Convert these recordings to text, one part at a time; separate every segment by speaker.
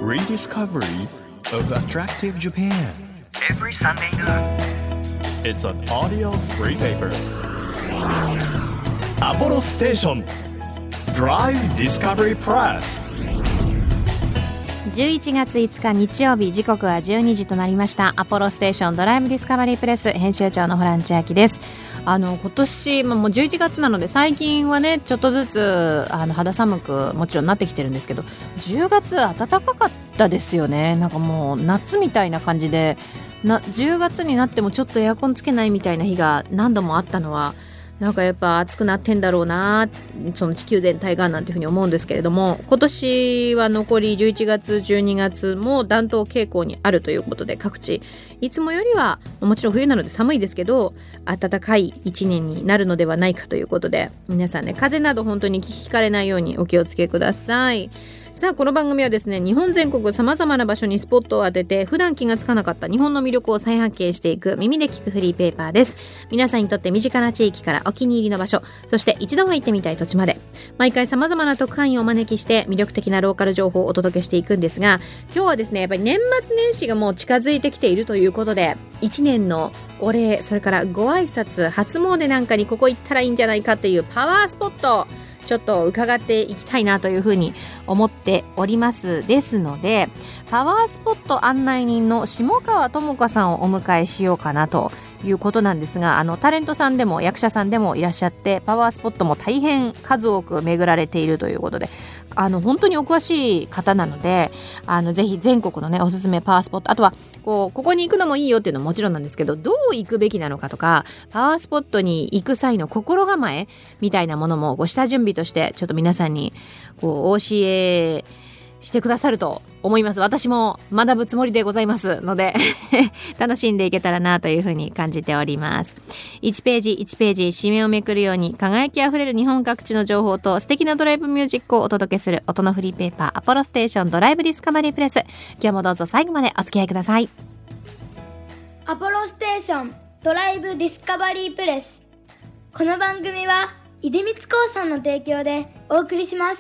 Speaker 1: rediscovery of attractive Japan.
Speaker 2: Every Sunday noon.
Speaker 1: It's an audio free paper. Apollo Station Drive Discovery Press。
Speaker 3: 11月5日日曜日、時刻は12時となりました。アポロステーションドライブディスカバリープレス編集長のホラン千秋です。今年、もう11月なので最近はねちょっとずつ肌寒くもちろんなってきてるんですけど、10月暖かかったですよね。なんかもう夏みたいな感じで10月になってもちょっとエアコンつけないみたいな日が何度もあったのは、なんかやっぱ暑くなってんだろうな、その地球全体がなんていうふうに思うんですけれども、今年は残り11月12月も暖冬傾向にあるということで、各地いつもよりはもちろん冬なので寒いですけど暖かい1年になるのではないかということで、皆さんね風邪など本当にひかれないようにお気をつけください。さあこの番組はですね、日本全国さまざまな場所にスポットを当てて普段気がつかなかった日本の魅力を再発見していく耳で聞くフリーペーパーです。皆さんにとって身近な地域からお気に入りの場所、そして一度は行ってみたい土地まで、毎回さまざまな特派員をお招きして魅力的なローカル情報をお届けしていくんですが、今日はですねやっぱり年末年始がもう近づいてきているということで、1年のお礼、それからご挨拶、初詣なんかにここ行ったらいいんじゃないかっていうパワースポットちょっと伺っていきたいなというふうに思っております。ですのでパワースポット案内人の下川智香さんをお迎えしようかなということなんですが、タレントさんでも役者さんでもいらっしゃって、パワースポットも大変数多く巡られているということで、本当にお詳しい方なので、ぜひ全国のねおすすめパワースポット、あとはここに行くのもいいよっていうのももちろんなんですけど、どう行くべきなのかとか、パワースポットに行く際の心構えみたいなものも下準備としてちょっと皆さんにお教えしてくださると思います。私も学ぶつもりでございますので楽しんでいけたらなというふうに感じております。1ページ1ページ紙面をめくるように輝きあふれる日本各地の情報と素敵なドライブミュージックをお届けする音のフリーペーパーアポロステーションドライブディスカバリープレス。今日もどうぞ最後までお付き合いください。
Speaker 4: アポロステーションドライブディスカバリープレス。この番組は出光興産の提供でお送りします。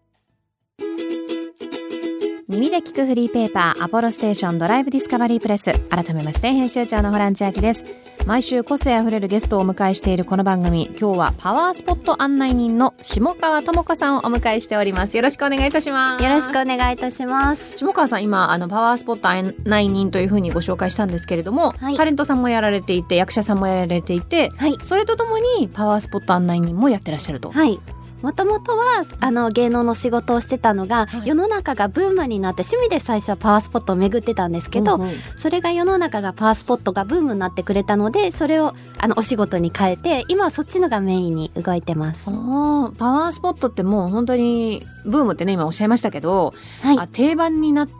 Speaker 3: 耳で聞くフリーペーパーアポロステーションドライブディスカバリープレス。改めまして編集長のホラン千秋です。毎週個性あふれるゲストをお迎えしているこの番組、今日はパワースポット案内人の下川智香さんをお迎えしております。よろしくお願いいたします。
Speaker 5: よろしくお願いいたします。
Speaker 3: 下川さん、今パワースポット案内人というふうにご紹介したんですけれども、はい、タレントさんもやられていて役者さんもやられていて、はい、それとともにパワースポット案内人もやってらっしゃると。
Speaker 5: はい、もともとは芸能の仕事をしてたのが、はい、世の中がブームになって趣味で最初はパワースポットを巡ってたんですけど、それが世の中がパワースポットがブームになってくれたので、それをお仕事に変えて今はそっちのがメインに動いてます。
Speaker 3: パワースポットってもう本当にブームってね今おっしゃいましたけど、はい、定番になって、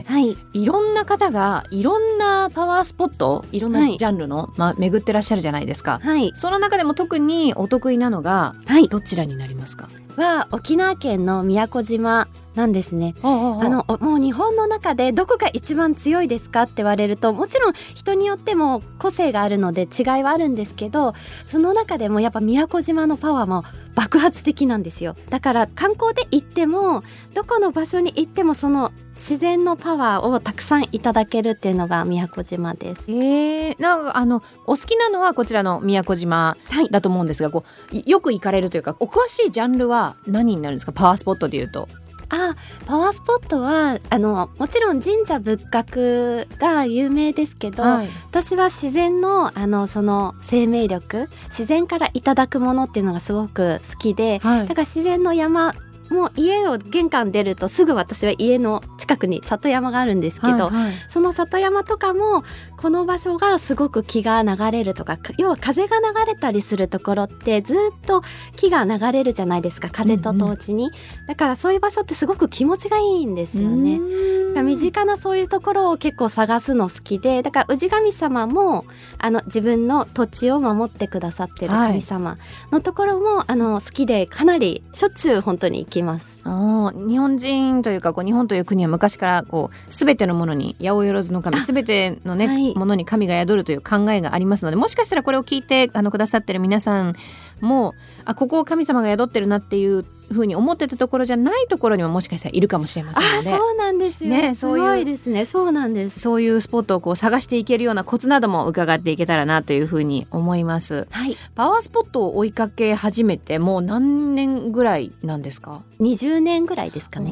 Speaker 3: はい、いろんな方がいろんなパワースポットいろんなジャンルの、巡ってらっしゃるじゃないですか、はい、その中でも特にお得意なのが、はい、どちらになりますか？
Speaker 5: は沖縄県の宮古島なんですね。もう日本の中でどこが一番強いですかって言われると、もちろん人によっても個性があるので違いはあるんですけど、その中でもやっぱ宮古島のパワーも爆発的なんですよ。だから観光で行ってもどこの場所に行ってもその自然のパワーをたくさんいただけるっていうのが宮古島です。
Speaker 3: なんかお好きなのはこちらの宮古島だと思うんですが、よく行かれるというかお詳しいジャンルは何になるんですか？パワースポットでいうと。
Speaker 5: パワースポットはもちろん神社仏閣が有名ですけど、はい、私は自然のその生命力、自然からいただくものっていうのがすごく好きで、はい、だから自然の山もう家を玄関出るとすぐ私は家の近くに里山があるんですけど、はいはい、その里山とかもこの場所がすごく気が流れるとか、要は風が流れたりするところってずっと気が流れるじゃないですか、風と同時に、だからそういう場所ってすごく気持ちがいいんですよね。だから身近なそういうところを結構探すの好きで、だから氏神様も自分の土地を守ってくださってる神様のところも、好きでかなりしょっちゅう本当に行きます。
Speaker 3: 日本人というか日本という国は昔から全てのものに八百万の神、全ての、ね、はい、ものに神が宿るという考えがありますので、もしかしたらこれを聞いてくださってる皆さんもここを神様が宿ってるなっていう風に思ってたところじゃないところにももしかしたらいるかもしれませんので、
Speaker 5: そうなんですよ、ね、すごいですね。そうなんです。
Speaker 3: そういうスポットをこう探していけるようなコツなども伺っていけたらなという風に思います、
Speaker 5: はい、
Speaker 3: パワースポットを追いかけ始めてもう何年ぐらいなんですか
Speaker 5: ？20年ぐらいですかね。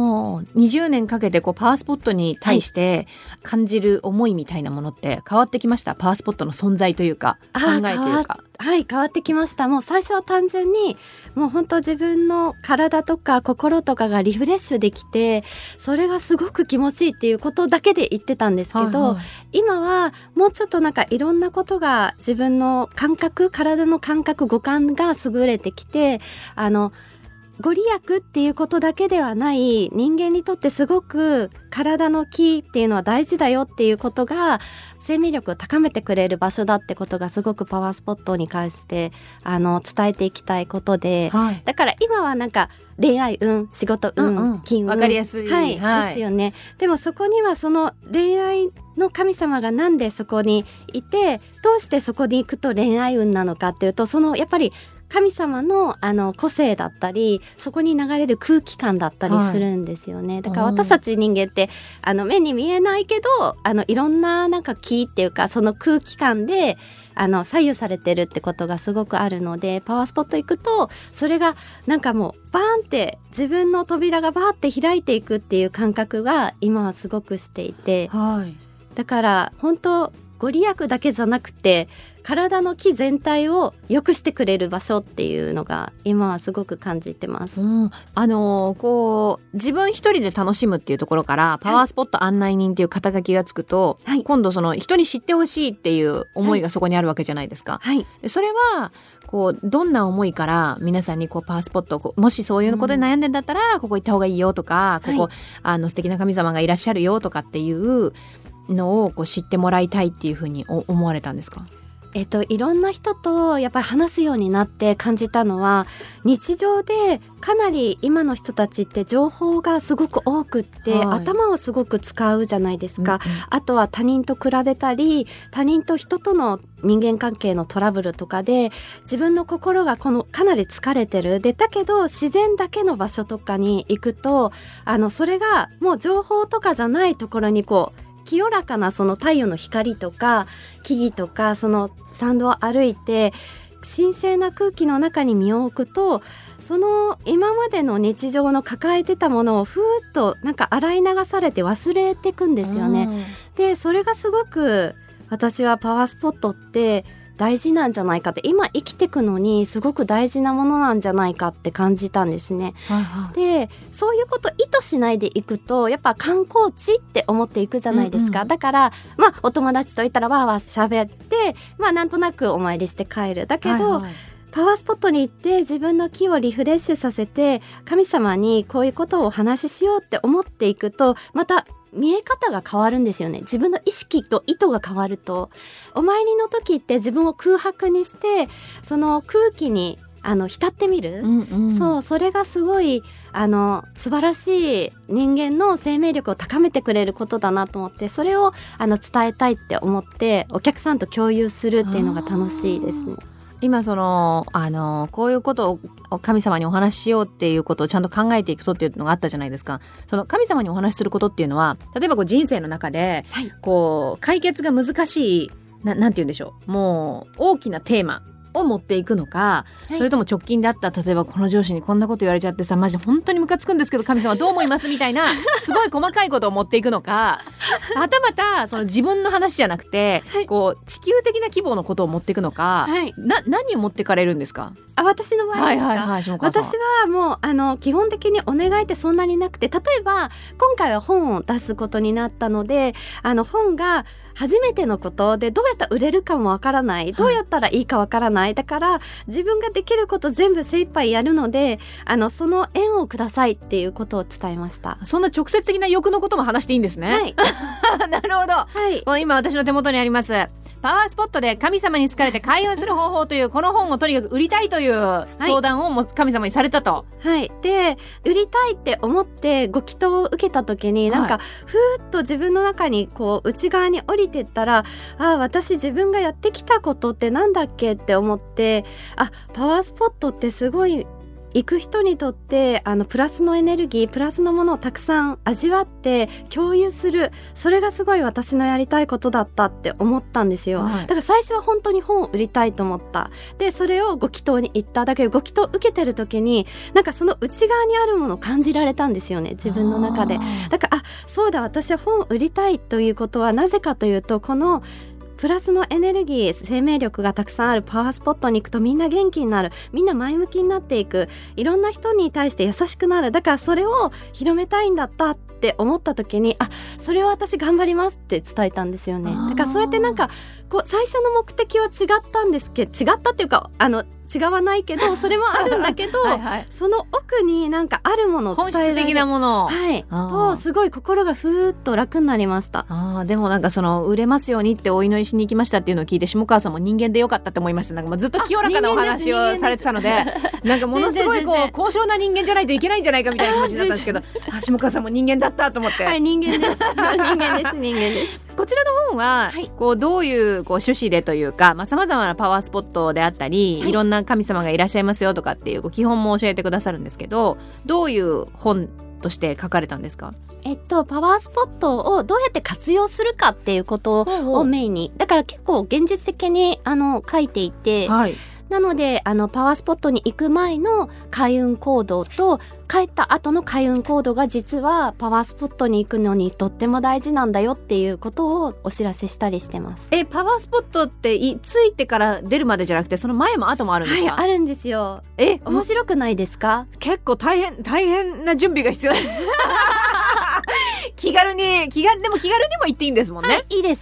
Speaker 3: 20年かけてこうパワースポットに対して感じる思いみたいなものって変わってきました？パワースポットの存在というか考えというか。
Speaker 5: はい、変わってきました。もう最初は単純にもう本当自分の体とか心とかがリフレッシュできて、それがすごく気持ちいいっていうことだけで言ってたんですけど、今はもうちょっとなんかいろんなことが自分の感覚、体の感覚、五感が優れてきて、ご利益っていうことだけではない人間にとってすごく体の気っていうのは大事だよっていうことが生命力を高めてくれる場所だってことがすごくパワースポットに関して伝えていきたいことで、だから今はなんか恋愛運、仕事運、金運、
Speaker 3: わかりやすい、
Speaker 5: ですよね。でもそこにはその恋愛の神様がなんでそこにいて、どうしてそこに行くと恋愛運なのかっていうと、そのやっぱり神様の個性だったり、そこに流れる空気感だったりするんですよね、だから私たち人間って目に見えないけどいろんななんか気っていうかその空気感で左右されてるってことがすごくあるので、パワースポット行くとそれがなんかもうバーンって自分の扉がバーって開いていくっていう感覚が今はすごくしていて、だから本当ご利益だけじゃなくて体の気全体を良くしてくれる場所っていうのが今はすごく感じてます、
Speaker 3: こう自分一人で楽しむっていうところからパワースポット案内人っていう肩書きがつくと、今度その人に知ってほしいっていう思いがそこにあるわけじゃないですか、でそれはこうどんな思いから皆さんにこうパワースポットもしそういうことで悩んでんだったらここ行った方がいいよとか、ここ素敵な神様がいらっしゃるよとかっていうのをこう知ってもらいたいっていうふうに思われたんですか？
Speaker 5: いろんな人とやっぱり話すようになって感じたのは、日常でかなり今の人たちって情報がすごく多くって、頭をすごく使うじゃないですか、あとは他人と比べたり、他人と人との人間関係のトラブルとかで自分の心がかなり疲れてる。でだけど自然だけの場所とかに行くとそれがもう情報とかじゃないところにこう清らかなその太陽の光とか木々とかその山道を歩いて神聖な空気の中に身を置くと、その今までの日常の抱えてたものをふーっとなんか洗い流されて忘れてくんですよね。でそれがすごく私はパワースポットって大事なんじゃないかって、今生きてくのにすごく大事なものなんじゃないかって感じたんですね、でそういうこと意図しないでいくとやっぱ観光地って思っていくじゃないですか、だからお友達といったらわーわー喋ってなんとなくお参りして帰る。だけど、パワースポットに行って自分の気をリフレッシュさせて神様にこういうことをお話ししようって思っていくと、また見え方が変わるんですよね。自分の意識と意図が変わると、お参りの時って自分を空白にしてその空気に浸ってみる、それがすごい素晴らしい人間の生命力を高めてくれることだなと思って、それを伝えたいって思ってお客さんと共有するっていうのが楽しいですね。
Speaker 3: 今こういうことを神様にお話ししようっていうことをちゃんと考えていくとっていうのがあったじゃないですか。その神様にお話しすることっていうのは、例えばこう人生の中でこう解決が難しいなんて言うんでしょう、もう大きなテーマを持っていくのか、それとも直近であった例えばこの上司にこんなこと言われちゃってさマジ本当にムカつくんですけど神様どう思いますみたいなすごい細かいことを持っていくのか、はたまたその自分の話じゃなくて、こう地球的な規模のことを持っていくのか、何を持ってかれるんですか？
Speaker 5: 私の場合ですか？私はもう基本的にお願いってそんなになくて、例えば今回は本を出すことになったので本が初めてのことでどうやったら売れるかもわからない、どうやったらいいかわからない、だから自分ができること全部精一杯やるのでその縁をくださいっていうことを伝えました。
Speaker 3: そんな直接的な欲のことも話していいんですね、なるほど、今私の手元にありますパワースポットで神様に好かれて開運する方法というこの本をとにかく売りたいという相談をもう神様にされたと。
Speaker 5: はい、で売りたいって思ってご祈祷を受けた時になんか、ふーっと自分の中にこう内側に降りてったら、私自分がやってきたことってなんだっけって思って、パワースポットってすごい行く人にとってプラスのエネルギー、プラスのものをたくさん味わって共有する、それがすごい私のやりたいことだったって思ったんですよ、だから最初は本当に本を売りたいと思った。でそれをご祈祷に行った。だけどご祈祷受けてる時になんかその内側にあるものを感じられたんですよね、自分の中で。だからそうだ、私は本を売りたいということはなぜかというと、このプラスのエネルギー、生命力がたくさんあるパワースポットに行くとみんな元気になる、みんな前向きになっていく、いろんな人に対して優しくなる。だからそれを広めたいんだったって思った時に、それを私頑張りますって伝えたんですよね。だからそうやってなんかこう最初の目的は違ったんですけど、違ったっていうか違わないけどそれもあるんだけどその奥になんかあるものを伝えられる、
Speaker 3: 本質的なもの、
Speaker 5: とすごい心がふーっと楽になりました。
Speaker 3: でもなんかその売れますようにってお祈りしに行きましたっていうのを聞いて、下川さんも人間でよかったって思いました。なんかもうずっと清らかなお話をされてたのでなんかものすごいこう高尚な人間じゃないといけないんじゃないかみたいな気持ちだったんですけど下川さんも人間だったと思って。
Speaker 5: 人間です人間です
Speaker 3: こちらの本は、こうどういう趣旨でというか、さまざまなパワースポットであったり、いろんな神様がいらっしゃいますよとかっていう基本も教えてくださるんですけど、どういう本として書かれたんですか？
Speaker 5: パワースポットをどうやって活用するかっていうことをメインに、だから結構現実的に書いていて、なのでパワースポットに行く前の開運行動と帰った後の開運行動が実はパワースポットに行くのにとっても大事なんだよっていうことをお知らせしたりしてます。
Speaker 3: パワースポットってついてから出るまでじゃなくてその前も後もあるんですか？
Speaker 5: あるんですよ。面白くないですか？
Speaker 3: 結構大変な準備が必要気軽にも行っていいんですもんね。
Speaker 5: いいです。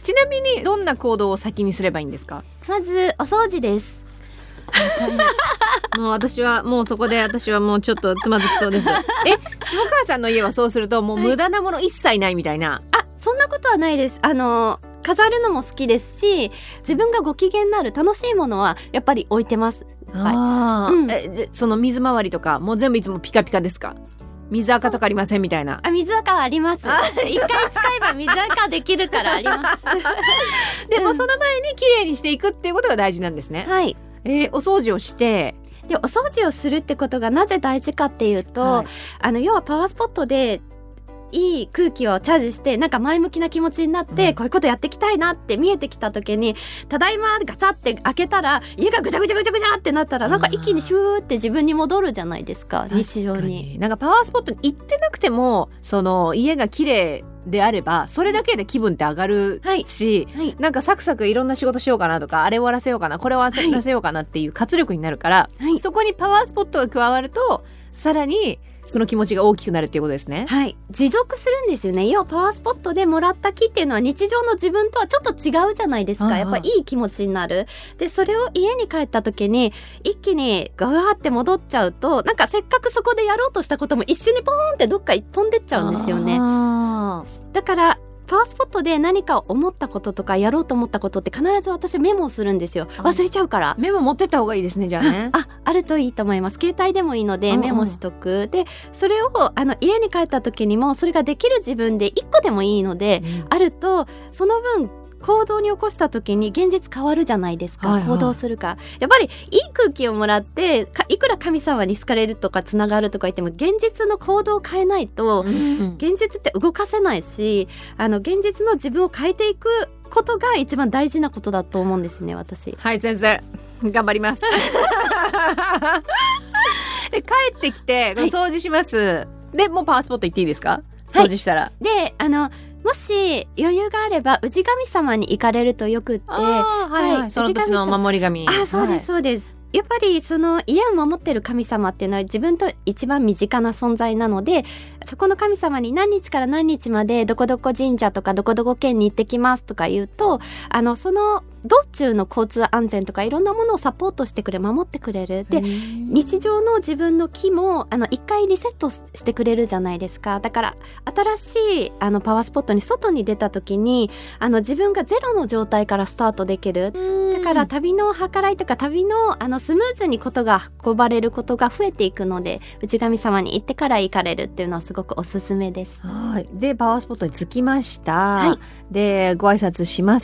Speaker 3: ちなみにどんな行動を先にすればいいんですか？
Speaker 5: まずお掃除です。
Speaker 3: もう私はもうそこで私はもうちょっとつまずきそうです。下川さんの家はそうするともう無駄なもの一切ないみたいな？
Speaker 5: そんなことはないです。飾るのも好きですし、自分がご機嫌になる楽しいものはやっぱり置いてます。
Speaker 3: その水回りとかもう全部いつもピカピカですか？水垢とかありませんみたいな？
Speaker 5: 水垢はあります。一回使えば水垢できるからあります
Speaker 3: でもその前に綺麗にしていくっていうことが大事なんですね。お掃除をして
Speaker 5: でお掃除をするってことがなぜ大事かっていうと、要はパワースポットでいい空気をチャージしてなんか前向きな気持ちになって、こういうことやっていきたいなって見えてきた時に、ただいまガチャって開けたら家がぐちゃぐちゃぐちゃぐちゃってなったらなんか一気にシューって自分に戻るじゃないですか、日常に。
Speaker 3: なんかパワースポットに行ってなくてもその家が綺麗であればそれだけで気分って上がるし、なんかサクサクいろんな仕事しようかなとか、あれ終わらせようかなこれ終わらせようかなっていう活力になるから、そこにパワースポットが加わるとさらにその気持ちが大きくなるっていうことですね。
Speaker 5: 持続するんですよね。要はパワースポットでもらった気っていうのは日常の自分とはちょっと違うじゃないですか。やっぱりいい気持ちになる。でそれを家に帰った時に一気にガワーって戻っちゃうと、なんかせっかくそこでやろうとしたことも一瞬にポーンってどっか飛んでっちゃうんですよね。だからパワースポットで何か思ったこととかやろうと思ったことって必ず私メモをするんですよ。忘れちゃうから。
Speaker 3: メモ持ってった方がいいですね。じゃあね
Speaker 5: あるといいと思います。携帯でもいいのでメモしとく。でそれを家に帰った時にもそれができる自分で1個でもいいので、あるとその分行動に起こした時に現実変わるじゃないですか、行動するか。やっぱりいい空気をもらっていくら神様に好かれるとかつながるとか言っても現実の行動を変えないと、現実って動かせないし、現実の自分を変えていくことが一番大事なことだと思うんですね、私。
Speaker 3: 先生頑張りますで帰ってきて掃除します、でもうパワースポット行っていいですか？掃除したら、
Speaker 5: でもし余裕があれば氏神様に行かれるとよくって、
Speaker 3: その土地の守り神。
Speaker 5: そうですそうです。やっぱりその家を守ってる神様っていうのは自分と一番身近な存在なので、 そこの神様に何日から何日までどこどこ神社とかどこどこ県に行ってきますとか言うと、その道中の交通安全とかいろんなものをサポートしてくれ、守ってくれる。で、日常の自分の気も一回リセットしてくれるじゃないですか。だから新しいパワースポットに外に出た時に自分がゼロの状態からスタートできる。だから旅の計らいとか旅のスムーズにことが運ばれることが増えていくので、内神様に行ってから行かれるっていうのはすごくおすすめです。
Speaker 3: はい。でパワースポットに着きました、
Speaker 5: はい、
Speaker 3: でご挨拶します、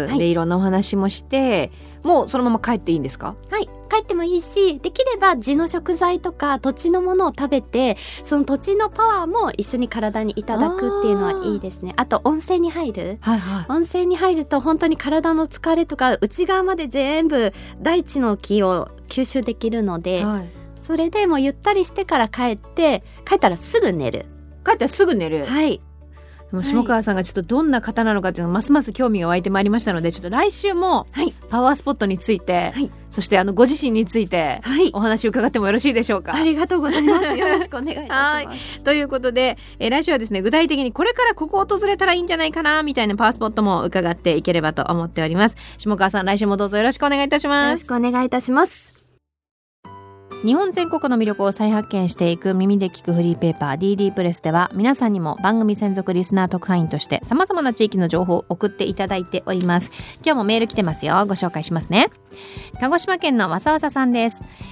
Speaker 5: はい、
Speaker 3: でいろんなお話もして、もうそのまま帰っていいんですか？
Speaker 5: はい、帰ってもいいし、できれば地の食材とか土地のものを食べて、その土地のパワーも一緒に体にいただくっていうのはいいですね。あと温泉に入る、
Speaker 3: はいはい、
Speaker 5: 温泉に入ると本当に体の疲れとか内側まで全部大地の気を吸収できるので、
Speaker 3: はい、
Speaker 5: それでもうゆったりしてから帰ったらすぐ寝る。
Speaker 3: 帰ったらすぐ寝る。
Speaker 5: はい。
Speaker 3: でも下川さんがちょっとどんな方なのかっていうのがますます興味が湧いてまいりましたので、ちょっと来週もパワースポットについて、はい、そしてご自身についてお話を伺ってもよろしいでしょうか？
Speaker 5: ありがとうございます。よろしくお願いいたします。
Speaker 3: はい、ということで、来週はですね、具体的にこれからここを訪れたらいいんじゃないかなみたいなパワースポットも伺っていければと思っております。下川さん、来週もどうぞよろしくお願いいたします。
Speaker 5: よろしくお願いいたします。
Speaker 3: 日本全国の魅力を再発見していく耳で聞くフリーペーパー DD プレスでは、皆さんにも番組専属リスナー特派員として様々な地域の情報を送っていただいております。今日もメール来てますよ。ご紹介しますね。鹿児島県のわさわささんです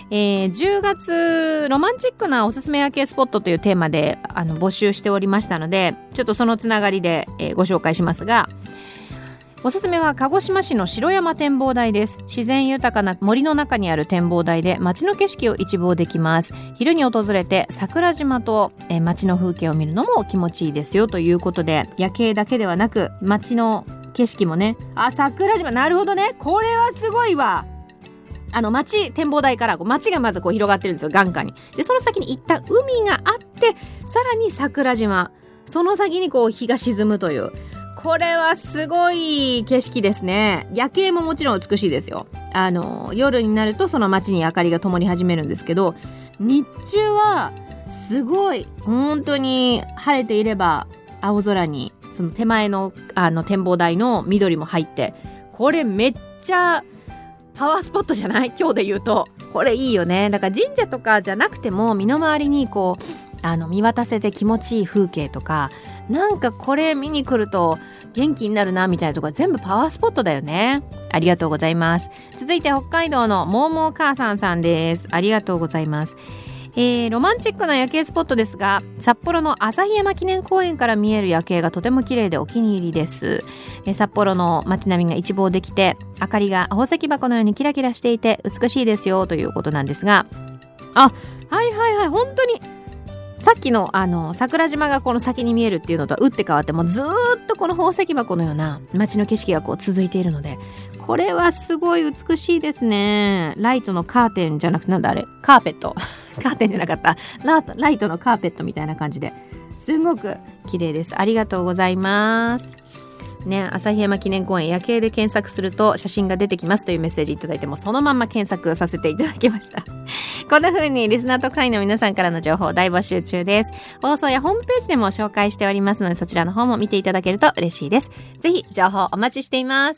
Speaker 3: 。10月ロマンチックなおすすめ夜景スポットというテーマで募集しておりましたので、ちょっとそのつながりで、ご紹介しますが、おすすめは鹿児島市の城山展望台です。自然豊かな森の中にある展望台で街の景色を一望できます。昼に訪れて桜島と街の風景を見るのも気持ちいいですよということで、夜景だけではなく街の景色もね、桜島、なるほどね、これはすごいわ。展望台から街がまず広がってるんですよ、眼下に。でその先に一旦海があって、さらに桜島、その先に日が沈むという、これはすごい景色ですね。夜景ももちろん美しいですよ。夜になるとその街に明かりが灯り始めるんですけど、日中はすごい本当に晴れていれば青空にその手前の展望台の緑も入って、これめっちゃパワースポットじゃない？今日で言うとこれいいよね。だから神社とかじゃなくても、身の回りに見渡せて気持ちいい風景とか、なんかこれ見に来ると元気になるなみたいなところ、全部パワースポットだよね。ありがとうございます。続いて北海道のもーもー母さんさんです。ありがとうございます。ロマンチックな夜景スポットですが、札幌の旭山記念公園から見える夜景がとても綺麗でお気に入りです。札幌の街並みが一望できて、明かりが宝石箱のようにキラキラしていて美しいですよということなんですが、はいはいはい、本当にさっきの桜島がこの先に見えるっていうのとは打って変わって、もうずーっとこの宝石箱のような街の景色が続いているので、これはすごい美しいですね。ライトのカーテンじゃなくて、なんだあれ、カーペットカーテンじゃなかった、ライトのカーペットみたいな感じですごく綺麗です。ありがとうございますね。旭山記念公園夜景で検索すると写真が出てきますというメッセージいただいても、そのまんま検索させていただきましたこんな風にリスナーと会員の皆さんからの情報を大募集中です。放送やホームページでも紹介しておりますので、そちらの方も見ていただけると嬉しいです。ぜひ情報お待ちしています。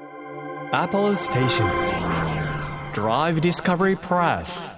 Speaker 1: Apollo Station Drive Discovery Press。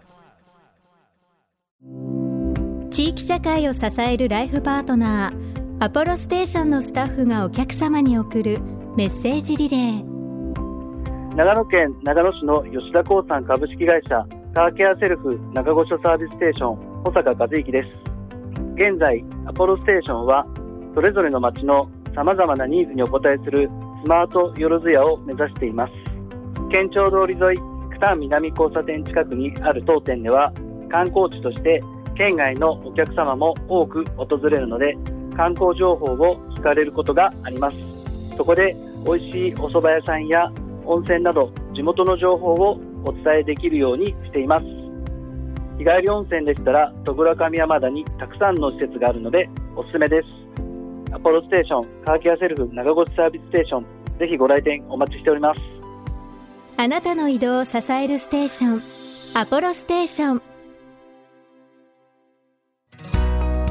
Speaker 6: 地域社会を支えるライフパートナーアポロステーションのスタッフがお客様に送るメッセージリレー。
Speaker 7: 長野県長野市の吉田興産株式会社カーケアセルフ長御所サービスステーション保坂和之です。現在アポロステーションはそれぞれの町のさまざまなニーズにお応えするスマートよろずやを目指しています。県庁通り沿い九反南交差点近くにある当店では、観光地として県外のお客様も多く訪れるので、観光情報を聞かれることがあります。そこで美味しいお蕎麦屋さんや温泉など地元の情報をお伝えできるようにしています。日帰り温泉でしたら戸倉上山田にたくさんの施設があるのでおすすめです。アポロステーションカーケアセルフ長越サービスステーション、ぜひご来店お待ちしております。
Speaker 6: あなたの移動を支えるステーション、アポロステーション。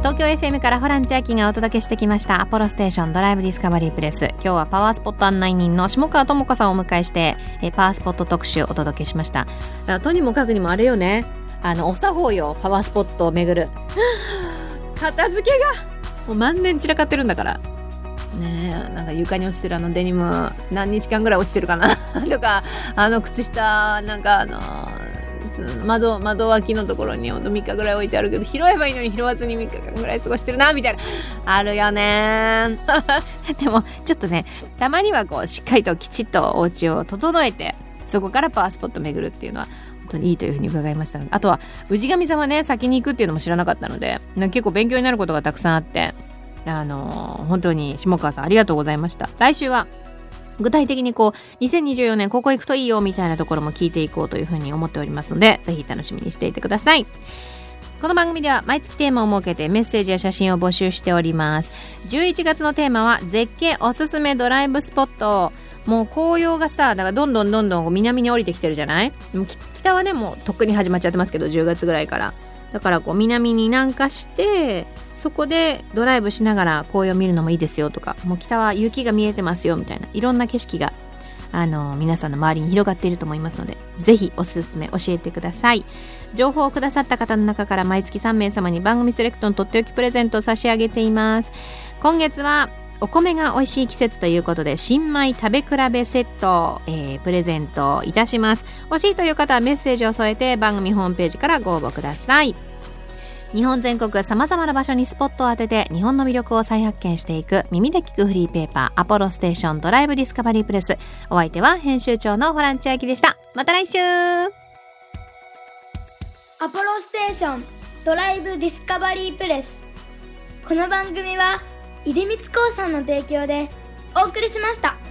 Speaker 3: 東京 FM からホラン千秋がお届けしてきましたアポロステーションドライブディスカバリープレス。今日はパワースポット案内人の下川智子さんをお迎えしてパワースポット特集をお届けしました。だからとにもかくにもあれよね、お作法よ、パワースポットを巡る片付けがもう万年散らかってるんだからね。えなんか床に落ちてるデニム何日間ぐらい落ちてるかなとか靴下なんか窓脇のところに3日ぐらい置いてあるけど拾えばいいのに拾わずに3日間ぐらい過ごしてるなみたいなあるよねでもちょっとね、たまにはこうしっかりときちっとお家を整えてそこからパワースポット巡るっていうのは本当にいいというふうに伺いましたので、あとは氏神様ね先に行くっていうのも知らなかったので結構勉強になることがたくさんあって本当に下川さんありがとうございました。来週は具体的に2024年ここ行くといいよみたいなところも聞いていこうというふうに思っておりますので、ぜひ楽しみにしていてください。この番組では毎月テーマを設けてメッセージや写真を募集しております。11月のテーマは絶景おすすめドライブスポット。もう紅葉がさ、だからどんどん南に降りてきてるじゃない。北はねもうとっくに始まっちゃってますけど、10月ぐらいからだから南に南下してそこでドライブしながら紅葉を見るのもいいですよとか、もう北は雪が見えてますよみたいな、いろんな景色が皆さんの周りに広がっていると思いますので、ぜひおすすめ教えてください。情報をくださった方の中から毎月3名様に番組セレクトのとっておきプレゼントを差し上げています。今月はお米が美味しい季節ということで新米食べ比べセット、プレゼントいたします。欲しいという方はメッセージを添えて番組ホームページからご応募ください。日本全国さまざまな場所にスポットを当てて日本の魅力を再発見していく耳で聞くフリーペーパーアポロステーションドライブディスカバリープレス。お相手は編集長のホラン千秋でした。また来週。
Speaker 4: アポロステーションドライブディスカバリープレス。この番組は出光興産の提供でお送りしました。